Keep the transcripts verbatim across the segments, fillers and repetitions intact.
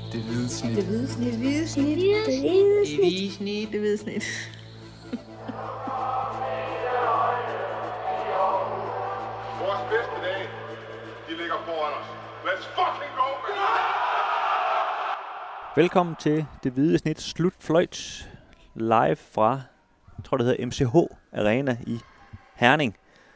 Det hvide snit. Det hvide snit. Det hvide snit. Det hvide snit. Det hvide snit. Det hvide snit. Vores bedste dage, de ligger foran os. Let's fucking go, man! Velkommen til Det Hvide Snit slutfløjt live fra, jeg tror det hedder M C H Arena i Herning,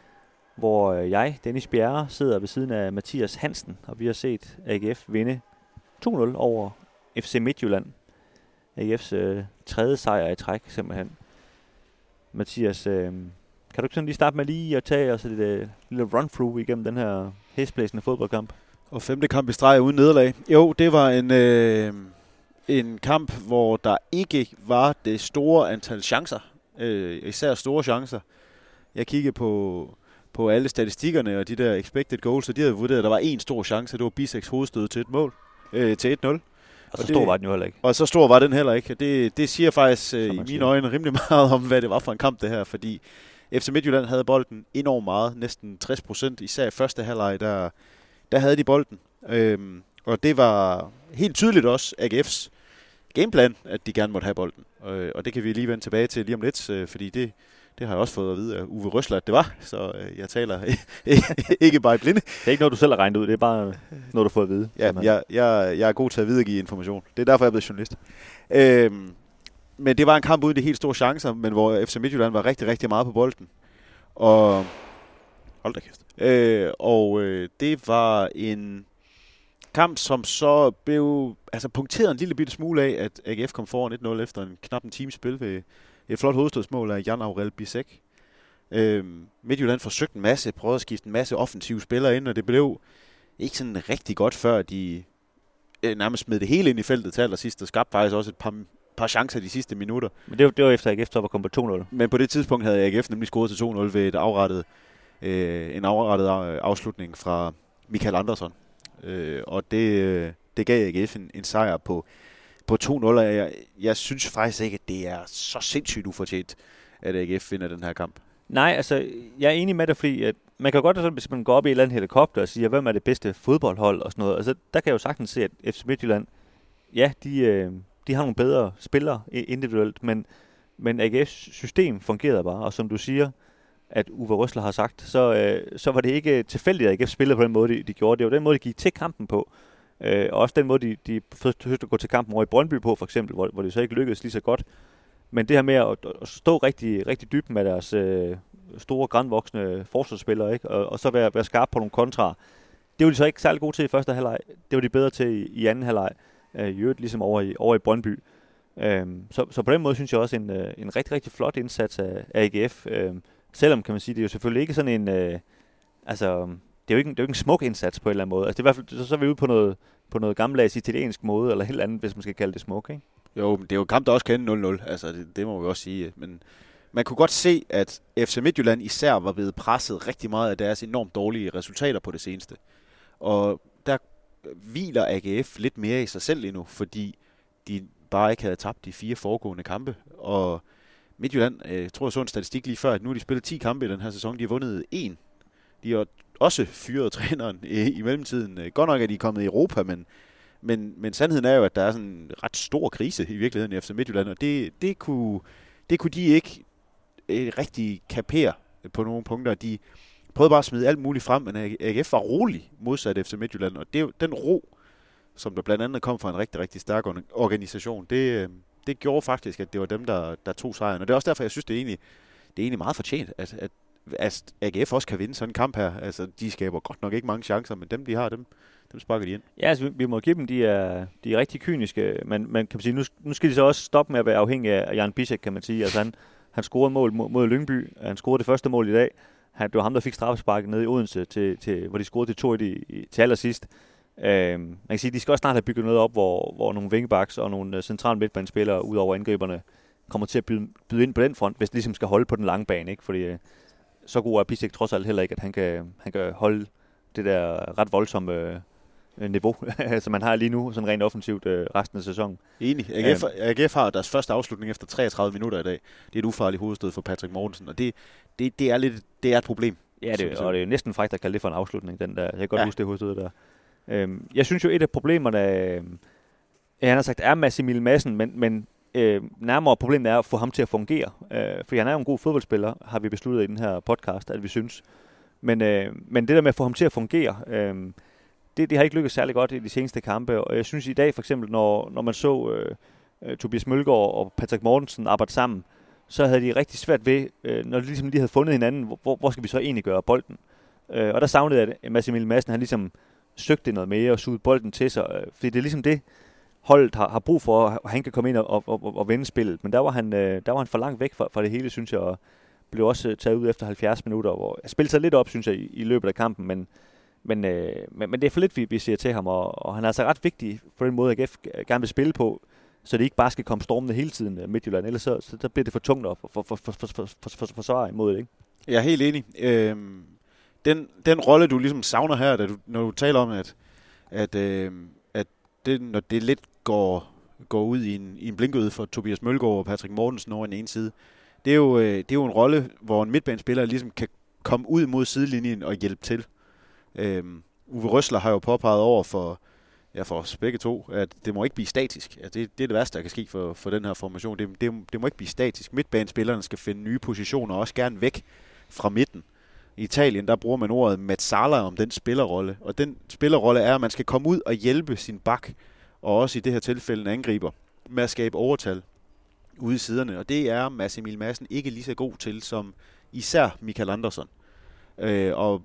hvor jeg, Dennis Bjerre, sidder ved siden af Mathias Hansen, og vi har set A G F vinde to nul over F C Midtjylland. A G F's øh, tredje sejr i træk, simpelthen. Mathias, øh, kan du ikke sådan lige starte med lige at tage os et øh, lille run-through igennem den her hæsblæsende fodboldkamp? Og femte kamp i streg uden nederlag. Jo, det var en, øh, en kamp, hvor der ikke var det store antal chancer. Øh, især store chancer. Jeg kiggede på, på alle statistikkerne og de der expected goals, og de havde vurderet, at der var en stor chance. Det var Biseks hovedstød til et mål. Øh, til et nul. Og så og stor det, var den jo heller ikke. Og så stor var den heller ikke. Det, det siger faktisk øh, i mine siger. øjne rimelig meget om, hvad det var for en kamp det her. Fordi F C Midtjylland havde bolden enormt meget. Næsten tres procent. Især i første halvleg, der, der havde de bolden. Øhm, og det var helt tydeligt også A G F's gameplan, at de gerne måtte have bolden. Øh, og det kan vi lige vende tilbage til lige om lidt. Øh, fordi det, det har jeg også fået at vide af Uwe Røsler, at det var. Så øh, jeg taler ikke bare i blinde. Det er ikke noget, du selv har regnet ud. Det er bare noget, du har fået at vide. Ja, jeg, jeg, jeg er god til at videregive information. Det er derfor, jeg er blevet journalist. Øhm, men det var en kamp uden de helt store chancer, men hvor F C Midtjylland var rigtig, rigtig meget på bolden. Og hold da kæft. Øh, og øh, det var en kamp, som så blev altså punkteret en lille bitte smule af, at A G F kom foran et nul efter en knap en times spil ved et flot hovedstødsmål af Jan Aurel Bisek. Øhm, Midtjylland forsøgte en masse, prøvede at skifte en masse offensive spillere ind, og det blev ikke sådan rigtig godt, før de øh, nærmest smed det hele ind i feltet til allersidst, og skabte faktisk også et par, par chancer de sidste minutter. Men det var, det var efter A G F, så var kommet på to nul. Men på det tidspunkt havde A G F nemlig scoret til to nul ved et afrettet, øh, en afrettet afslutning fra Michael Andersson. Øh, og det, det gav A G F en, en sejr på, på to nul, og jeg, jeg synes faktisk ikke, at det er så sindssygt ufortjent, at A G F vinder den her kamp. Nej, altså, jeg er enig med dig, fordi at man kan godt, altså, hvis man går op i et eller andet helikopter og siger, hvem er det bedste fodboldhold og sådan noget, altså, der kan jeg jo sagtens se, at F C Midtjylland, ja, de, øh, de har nogle bedre spillere individuelt, men, men A G F's system fungerede bare, og som du siger, at Uwe Røsler har sagt, så, øh, så var det ikke tilfældigt, at A G F spillede på den måde, de, de gjorde. Det var den måde, de gik til kampen på, øh, og også den måde, de, de forsøgte at gå til kampen over i Brøndby på, for eksempel, hvor, hvor det så ikke lykkedes lige så godt. Men det her med at, at stå rigtig, rigtig dybt med deres øh, store, grandvoksne forsvarsspillere, ikke? Og, og så være, være skarp på nogle kontraer, det var de så ikke særlig gode til i første halvleg. Det var de bedre til i, i anden halvleg, øh, i øvrigt ligesom over i, over i Brøndby. Øhm, så, så på den måde synes jeg også en, øh, en rigtig, rigtig flot indsats af, af A G F. Øhm, selvom, kan man sige, det er jo selvfølgelig ikke sådan en... Øh, altså, det er jo ikke, det er jo ikke en smuk indsats på en eller anden måde. Altså, det er i hvert fald, så, så er vi ude på noget, på noget gammeldags italiensk måde, eller helt andet, hvis man skal kalde det smuk, ikke? Jo, men det er jo en kamp, der også kan ende nul nul. Altså, det, det må vi også sige. Men man kunne godt se, at F C Midtjylland især var blevet presset rigtig meget af deres enormt dårlige resultater på det seneste. Og der hviler A G F lidt mere i sig selv endnu, fordi de bare ikke havde tabt de fire foregående kampe. Og Midtjylland, jeg tror jeg så en statistik lige før, at nu har de spillet ti kampe i den her sæson. De har vundet en. De har også fyret træneren i, i mellemtiden. Godt nok er de kommet i Europa, men Men, men sandheden er jo, at der er sådan en ret stor krise i virkeligheden i F C Midtjylland, og det, det, kunne, det kunne de ikke eh, rigtig kapere på nogle punkter. De prøvede bare at smide alt muligt frem, men A G F var rolig modsat F C Midtjylland, og det, den ro, som der blandt andet kom fra en rigtig, rigtig stærk organisation, det, det gjorde faktisk, at det var dem, der, der tog sejren. Og det er også derfor, jeg synes, det er egentlig, det er egentlig meget fortjent, at, at, at A G F også kan vinde sådan en kamp her. Altså, de skaber godt nok ikke mange chancer, men dem, de har, dem Dem sparker de ind. Ja, altså, vi, vi må give dem, de er, de er rigtig kyniske, men man kan sige, nu, nu skal de så også stoppe med at være afhængige af Jan Bisek, kan man sige. Altså, han, han scorede mål mod, mod Lyngby, han scorede det første mål i dag. Han, det var ham, der fik straffesparket nede i Odense, til, til, hvor de scorede til to et i, i, til allersidst. Øhm, man kan sige, de skal også snart have bygget noget op, hvor, hvor nogle wingbacks og nogle centrale midtbanespillere ud over angriberne kommer til at byde, byde ind på den front, hvis de ligesom skal holde på den lange bane, ikke? Fordi øh, så god er Bisek trods alt heller ikke, at han kan, han kan holde det der ret voldsomme øh, niveau, som man har lige nu, sådan rent offensivt øh, resten af sæsonen. Enig. A G F, A G F har deres første afslutning efter treogtredive minutter i dag. Det er et ufarligt hovedstød for Patrick Mortensen, og det, det, det, er, lidt, det er et problem. Ja, det, og det er jo næsten frækt at kalde det for en afslutning, den der. Jeg kan godt ja. huske det hovedstød der. Øhm, jeg synes jo, et af problemerne, øh, Ja, han har sagt, er Mads Emil Madsen, men, men øh, nærmere problemet er at få ham til at fungere. Øh, fordi han er jo en god fodboldspiller, har vi besluttet i den her podcast, at vi synes. Men, øh, men det der med at få ham til at fungere, øh, det, det har ikke lykkedes særlig godt i de seneste kampe. Og jeg synes i dag for eksempel, når, når man så øh, Tobias Mølgaard og Patrick Mortensen arbejde sammen, så havde de rigtig svært ved, øh, når de ligesom lige havde fundet hinanden, hvor, hvor skal vi så egentlig gøre bolden? Øh, og der savnede jeg, at Mads Emil Madsen, han ligesom søgte noget mere og sugede bolden til sig. Øh, fordi det er ligesom det, holdet har, har brug for, at han kan komme ind og, og, og, og vende spillet. Men der var han, øh, der var han for langt væk fra, fra det hele, synes jeg, og blev også taget ud efter halvfjerds minutter, hvor jeg spillede sig lidt op, synes jeg, i, i løbet af kampen, men, men, øh, men, men det er for lidt, vi, vi siger til ham, og, og han er altså ret vigtig på den måde, at A G F gerne vil spille på, så det ikke bare skal komme stormende hele tiden Midtjylland, ellers så, så der bliver det for tungt at for, for, for, for, for, for, for, forsvare imod det, ikke? Jeg er helt enig. Øhm, den, den rolle, du ligesom savner her, da du, når du taler om, at, at, øh, at det, når det lidt går, går ud i en, i en blinkøde for Tobias Mølgaard og Patrick Mortensen over den ene side, det er, jo, øh, det er jo en rolle, hvor en midtbanespiller ligesom kan komme ud mod sidelinjen og hjælpe til. Øhm, Uwe Røsler har jo påpeget over for, ja, for os begge to, at det må ikke blive statisk. Altså det, det er det værste, der kan ske for, for den her formation. Det, det, det må ikke blive statisk. Midtbanespillerne skal finde nye positioner, og også gerne væk fra midten. I Italien, der bruger man ordet Mazzala om den spillerrolle. Og den spillerrolle er, at man skal komme ud og hjælpe sin bak, og også i det her tilfælde en angriber, med at skabe overtal ude i siderne. Og det er Mads Emil Madsen ikke lige så god til, som især Michael Andersson. Øh, og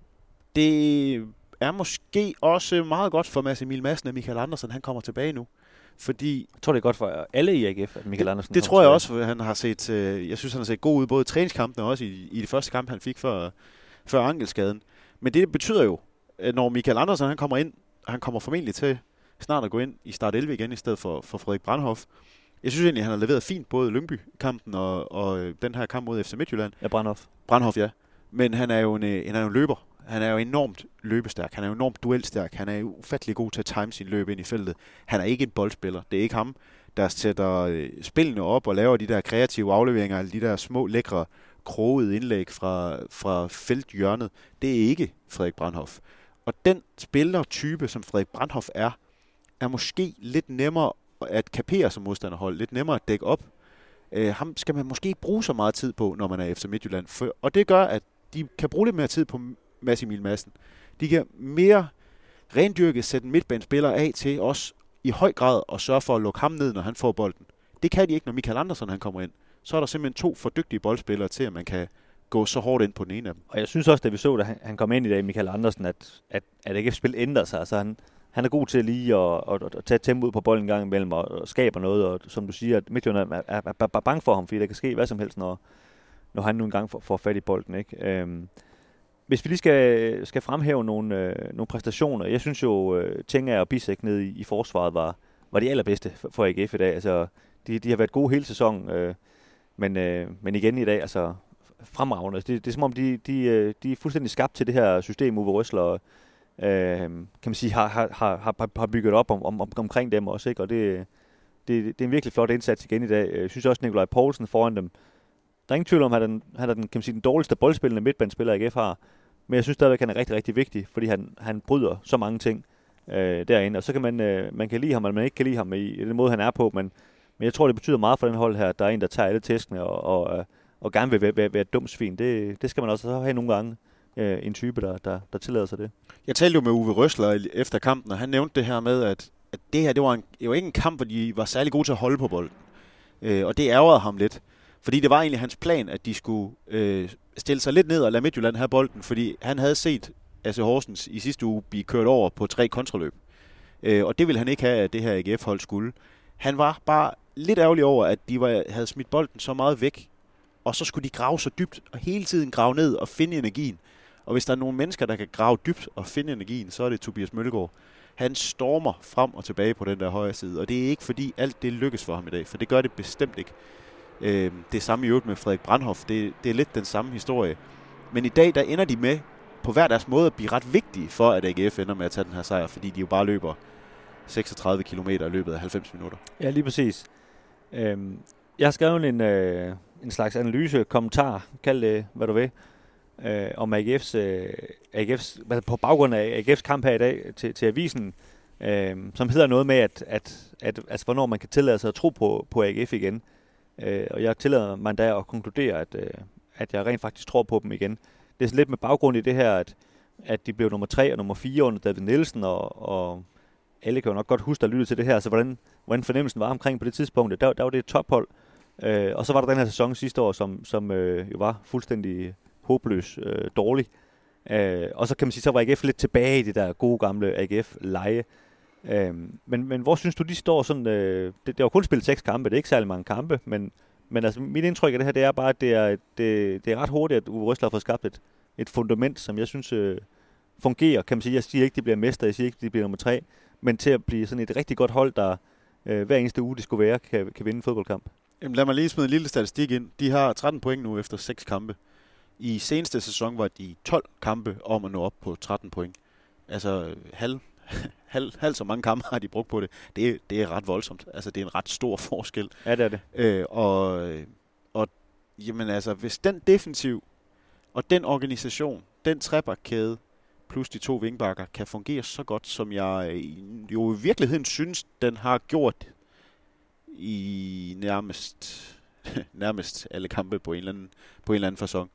det er måske også meget godt for Mads Emil Madsen, at Michael Andersson han kommer tilbage nu. Fordi jeg tror, det er godt for alle i A G F, at Michael det, Andersen det tror jeg også, for han har set, øh, jeg synes, han har set god ud, både i træningskampene og også i, i de første kampe, han fik før, før ankelskaden. Men det betyder jo, at når Michael Andersen han kommer ind, han kommer formentlig til snart at gå ind i start elleve igen, i stedet for, for Frederik Brandhoff. Jeg synes egentlig, at han har leveret fint, både Lyngby-kampen og, og den her kamp mod F C Midtjylland. Ja, Brandhoff. Brandhoff, ja. Men han er jo en, han er jo en løber. Han er jo enormt løbestærk. Han er jo enormt duelstærk. Han er jo ufattelig god til at time sin løb ind i feltet. Han er ikke en boldspiller. Det er ikke ham, der sætter øh, spillene op og laver de der kreative afleveringer, eller de der små, lækre, krogede indlæg fra, fra felthjørnet. Det er ikke Frederik Brandhoff. Og den spillertype, som Frederik Brandhoff er, er måske lidt nemmere at kapere som modstanderhold. Lidt nemmere at dække op. Øh, ham skal man måske ikke bruge så meget tid på, når man er F C Midtjylland. For, og det gør, at de kan bruge lidt mere tid på Mads Emil Madsen. De kan mere rendyrket sætte en midtbanespiller af til også i høj grad at sørge for at lukke ham ned, når han får bolden. Det kan de ikke, når Michael Andersen han kommer ind. Så er der simpelthen to for dygtige boldspillere til, at man kan gå så hårdt ind på den ene af dem. Og jeg synes også, da vi så, da han kom ind i dag, Michael Andersen, at, at, at A G F-spil ændrer sig. Altså han, han er god til lige at, at, at tage tempoet på bolden en gang imellem og, og skaber noget. Og som du siger, at Midtjylland er, er, er, er bange for ham, fordi der kan ske hvad som helst, når, når han nu engang får, får fat i bolden, ikke? Øhm, Hvis vi lige skal, skal fremhæve nogle, øh, nogle præstationer, jeg synes jo, øh, Tenga og Bisek nede i, i forsvaret var, var de allerbedste for, for A G F i dag. Altså, de, de har været gode hele sæsonen, øh, men, øh, men igen i dag, altså fremragende. Det, det er som om, de, de, de er fuldstændig skabt til det her system, Uwe Røsler, øh, kan man sige, har, har, har, har bygget op om, om, omkring dem også, ikke? Og det, det, det er en virkelig flot indsats igen i dag. Jeg synes også, Nikolaj Poulsen foran dem, der er ingen tvivl om, at han er den, kan man sige, den dårligste boldspillende midtbanespiller, A G F har. Men jeg synes stadigvæk, han er rigtig, rigtig vigtig, fordi han, han bryder så mange ting øh, derinde. Og så kan man, øh, man kan lide ham, eller man ikke kan lide ham i, i den måde, han er på. Men, men jeg tror, det betyder meget for den hold her, at der er en, der tager alle tæskene og, og, og gerne vil være, være, være et dumt svin. Det, det skal man også have nogle gange. Øh, en type, der, der, der tillader sig det. Jeg talte jo med Uwe Røsler efter kampen, og han nævnte det her med, at, at det her det var, en, det var ikke en kamp, hvor de var særlig gode til at holde på bolden. Øh, og det ærgerede ham lidt. Fordi det var egentlig hans plan, at de skulle øh, stille sig lidt ned og lade Midtjylland have bolden, fordi han havde set A C Horsens i sidste uge blive kørt over på tre kontraløb. Øh, og det ville han ikke have, at det her A G F-hold skulle. Han var bare lidt ærgerlig over, at de var, havde smidt bolden så meget væk, og så skulle de grave så dybt, og hele tiden grave ned og finde energien. Og hvis der er nogle mennesker, der kan grave dybt og finde energien, så er det Tobias Mølgaard. Han stormer frem og tilbage på den der højre side, og det er ikke fordi alt det lykkes for ham i dag, for det gør det bestemt ikke. Øh, det er samme i øvrigt med Frederik Brandhoff, det, det er lidt den samme historie. Men i dag, der ender de med på hver deres måde at blive ret vigtige for, at A G F ender med at tage den her sejr, fordi de jo bare løber seksogtredive kilometer i løbet af halvfems minutter. Ja, lige præcis. Øhm, jeg har skrevet en, øh, en slags analyse, kommentar, kald det hvad du vil, øh, om A G F's, øh, A G F's, på baggrund af A G F's kamp her i dag til, til avisen, øh, som hedder noget med, at, at, at altså, hvornår man kan tillade sig at tro på, på A G F igen. Øh, og jeg tillader mig da at konkludere, at, øh, at jeg rent faktisk tror på dem igen. Det er sådan lidt med baggrund i det her, at, at de blev nummer tre og nummer fire under David Nielsen, og, og alle kan jo nok godt huske at lytte til det her, så hvordan, hvordan fornemmelsen var omkring på det tidspunkt. Der, der var det et tophold, øh, og så var der den her sæson sidste år, som, som øh, jo var fuldstændig håbløs øh, dårlig. Øh, og så kan man sige, så var A G F lidt tilbage i det der gode gamle A G F-leje. Øh, men, men hvor synes du, de står sådan... Øh, det, det var kun spillet seks kampe, det er ikke særlig mange kampe, men, men altså, mit indtryk af det her, det er bare, at det er, det, det er ret hurtigt, at Uwe Rösler har fået skabt et, et fundament, som jeg synes øh, fungerer. Kan man sige, jeg siger ikke, de bliver mester, jeg siger ikke, de bliver nummer tre, men til at blive sådan et rigtig godt hold, der øh, hver eneste uge, det skulle være, kan, kan vinde en fodboldkamp. Jamen, lad mig lige smide en lille statistik ind. De har tretten point nu efter seks kampe. I seneste sæson var de tolv kampe om at nå op på tretten point. Altså halv, halv, halv så mange kampe har de brugt på det. Det er, det er ret voldsomt. Altså det er en ret stor forskel. Ja, det er det. Øh, og, og jamen altså, hvis den defensiv og den organisation, den trebakkæde plus de to vingbakker kan fungere så godt, som jeg jo i virkeligheden synes, den har gjort i nærmest, nærmest alle kampe på en eller anden, på en eller anden facon,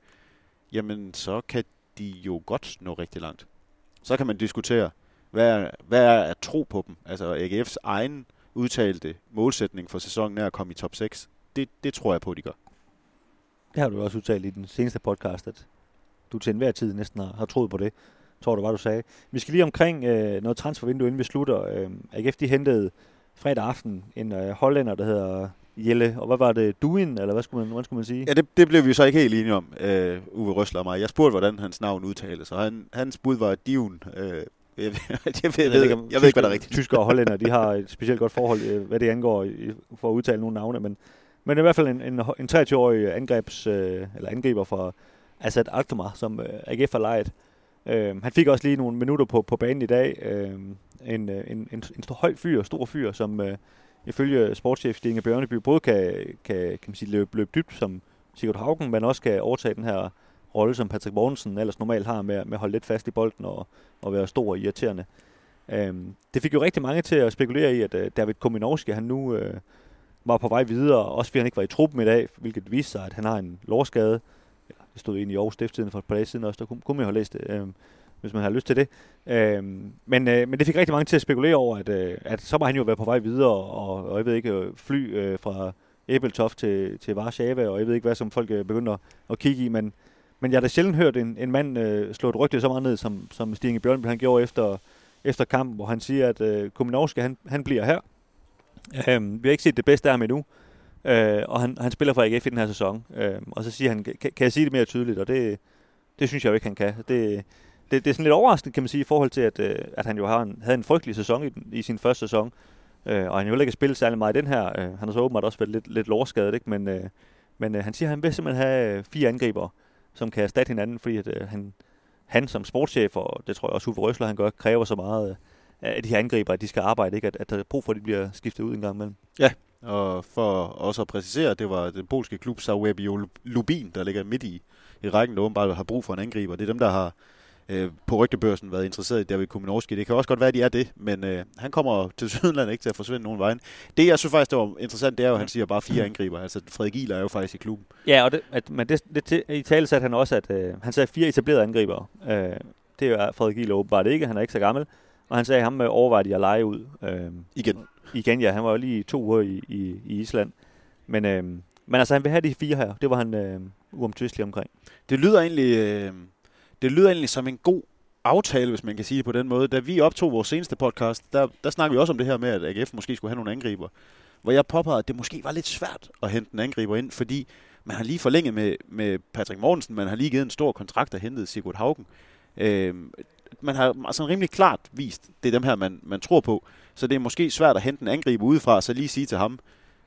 jamen så kan de jo godt nå rigtig langt. Så kan man diskutere, hvad er, hvad er at tro på dem? Altså A G F's egen udtalte målsætning for sæsonen er at komme i top seks. Det, det tror jeg på, de gør. Det har du også udtalt i den seneste podcast, at du til enhver tid næsten har, har troet på det. Tror du, hvad du sagde. Vi skal lige omkring øh, noget transfervindue, inden vi slutter. Øh, A G F, de hentede fredag aften en øh, hollænder, der hedder Jelle, og hvad var det? Duin, eller hvad skulle man, hvad skulle man sige? Ja, det, det blev vi så ikke helt enige om, øh, Uwe Rösler og mig. Jeg spurgte, hvordan hans navn udtales, og han, hans bud var Divn. Øh, jeg, jeg, jeg, ved, jeg, ved, ikke, jeg ved ikke, hvad der er rigtigt. Tyskere og hollænder, de har et specielt godt forhold, øh, hvad det angår, i, for at udtale nogle navne, men, men i hvert fald en, en, en treogtyve-årig angrebs, øh, eller angriber fra Asad Alkmaar, som øh, A G F har lejet. Øh, han fik også lige nogle minutter på, på banen i dag. Øh, en, en, en, en stor, høj fyr, stor fyr, som øh, ifølge sportschef Stine Bjørneby både kan, kan, kan man sige, løbe, løbe dybt som Sigurd Haugen, men også kan overtage den her rolle, som Patrick Mortensen ellers normalt har med, med at holde lidt fast i bolden og, og være stor og irriterende. Øh, det fik jo rigtig mange til at spekulere i, at øh, David Kominowski, han nu øh, var på vej videre, også fordi han ikke var i truppen i dag, hvilket viste sig, at han har en lårskade. Det stod ind i Aarhus Stiftstidende for et par dage siden også, der kunne, kunne man jo have læst det, øh, hvis man har lyst til det. Øh, men, øh, men det fik rigtig mange til at spekulere over, at, øh, at så må han jo være på vej videre, og, og jeg ved ikke, fly øh, fra Ebeltoft til, til Warszawa, og jeg ved ikke, hvad som folk øh, begynder at kigge i, men, men jeg har da sjældent hørt en, en mand øh, slå et rygte så meget ned, som, som Stine Bjørnby han gjorde efter, efter kampen, hvor han siger, at øh, Kominowski, han, han bliver her. Øh, vi har ikke set det bedste af ham endnu. Øh, og han, han spiller for A G F i den her sæson. Øh, og så siger han, kan, kan jeg sige det mere tydeligt? Og det, det synes jeg jo ikke, han kan. Det, det, det er sådan lidt overraskende, kan man sige, i forhold til, at, at han jo har en, havde en frygtelig sæson i, i sin første sæson. Øh, og han jo heller ikke spillet særlig meget i den her. Øh, han har så åbenbart også været lidt, lidt lårskadet, ikke? Men, øh, men øh, han siger, at han vil simpelthen have fire angriber, som kan erstatte hinanden, fordi at, øh, han, han som sportschef, og det tror jeg også Uwe Rösler, han gør, kræver så meget øh, af de her angriber, at de skal arbejde, ikke? At, at der er brug for, at de bliver skiftet ud en gang imellem. Ja. Og for også at præcisere, det var den polske klub Zagłębie Lubin, der ligger midt i, i rækken, der åbenbart har brug for en angriber. Det er dem, der har øh, på rygtebørsen været interesseret i David Kominowski. Det kan også godt være, at de er det, men øh, han kommer til Sydland ikke til at forsvinde nogen vejen. Det, jeg synes faktisk, det var interessant, det er jo, at han siger bare fire angriber. Altså, Frederik Giel er jo faktisk i klubben. Ja, og det, at, men det, det, i tale satte han også, at øh, han sagde fire etablerede angriber. Øh, det er jo Frederik Giel åbenbart ikke, han er ikke så gammel. Og han sagde, at ham overvejede at lege ud. Øh, Igen. Igen, ja. Han var jo lige to uger i, i, i Island. Men, øh, men altså, han vil have de fire her. Det var han øh, uomtvistelig omkring. Det lyder egentlig, øh, det lyder egentlig som en god aftale, hvis man kan sige det på den måde. Da vi optog vores seneste podcast, der, der snakkede vi også om det her med, at A G F måske skulle have nogle angriber. Hvor jeg påpegede, at det måske var lidt svært at hente en angriber ind, fordi man har lige forlænget med, med Patrick Mortensen, man har lige givet en stor kontrakt og hentet Sigurd Haugen. Øh, man har altså rimelig klart vist, det er dem her, man, man tror på. Så det er måske svært at hente en angriber udefra, så lige sige til ham,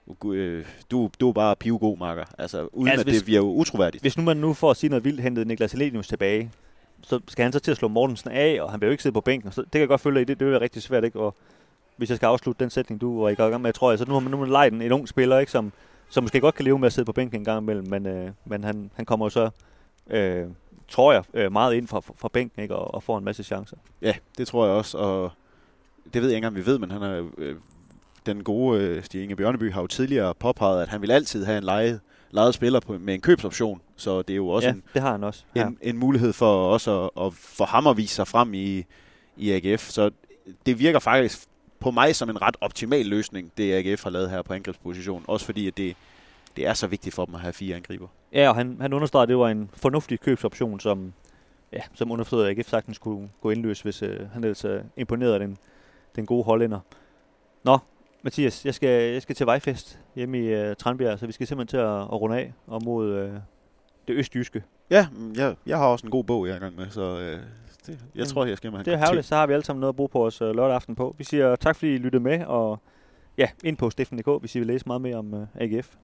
du, du er bare pivgod, makker. Altså, uden altså, at hvis, det bliver utroværdigt. Hvis nu man nu får at sige noget vildt, hentede Niklas Helenius tilbage, så skal han så til at slå Mortensen af, og han vil jo ikke sidde på bænken. Så det kan jeg godt følge i, det, det vil være rigtig svært, ikke? Og hvis jeg skal afslutte den sætning, du var i gang med, tror jeg, så nu har man nu lejet en, en ung spiller, ikke? Som, som måske godt kan leve med at sidde på bænken en gang imellem, men, øh, men han, han kommer jo så, øh, tror jeg, øh, meget ind fra, fra bænken, ikke? Og, og får en masse chancer. Ja, det tror jeg også, og det ved jeg ikke engang, vi ved, men han er, øh, den gode øh, Stig Inge Bjørneby har jo tidligere påpeget, at han vil altid have en leje, lejet spiller på, med en købsoption, så det er jo også ja, en, det har han også. Ja. en, en mulighed for også at, at for ham at vise sig frem i, i A G F. Så det virker faktisk på mig som en ret optimal løsning, det A G F har lavet her på angrebsposition. Også fordi, at det, det er så vigtigt for dem at have fire angriber. Ja, og han, han understregede, at det var en fornuftig købsoption, som, ja, som underforstået, at A G F sagtens kunne gå indløs, hvis øh, han ellers øh, imponerede den, den gode hollænder. Nå, Mathias, jeg skal, jeg skal til vejfest hjemme i øh, Tranbjerg, så vi skal simpelthen til at, at runde af og mod øh, det østjyske. Ja, jeg, jeg har også en god bog, jeg er i gang med, så øh, det, jeg tror, jeg skal med. Det er herligt, så har vi alle sammen noget at bruge på os øh, lørdag aften på. Vi siger tak, fordi I lyttede med, og ja, ind på stiften punktum d k, hvis I vil læse meget mere om øh, A G F.